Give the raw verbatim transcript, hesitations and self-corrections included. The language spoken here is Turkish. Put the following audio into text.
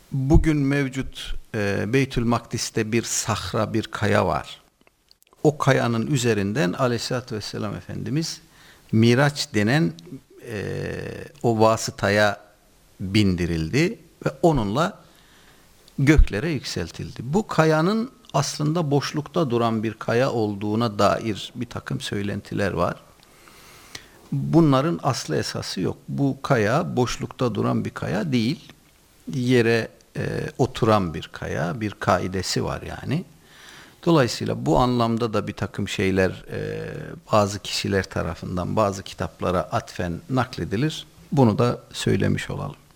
Bugün mevcut e, Beytül Makdis'te bir sahra, bir kaya var. O kayanın üzerinden Aleyhisselatü Vesselam Efendimiz Miraç denen e, o vasıtaya bindirildi ve onunla göklere yükseltildi. Bu kayanın aslında boşlukta duran bir kaya olduğuna dair bir takım söylentiler var. Bunların aslı esası yok. Bu kaya boşlukta duran bir kaya değil. Yere e, oturan bir kaya, bir kaidesi var yani. Dolayısıyla bu anlamda da bir takım şeyler e, bazı kişiler tarafından bazı kitaplara atfen nakledilir. Bunu da söylemiş olalım.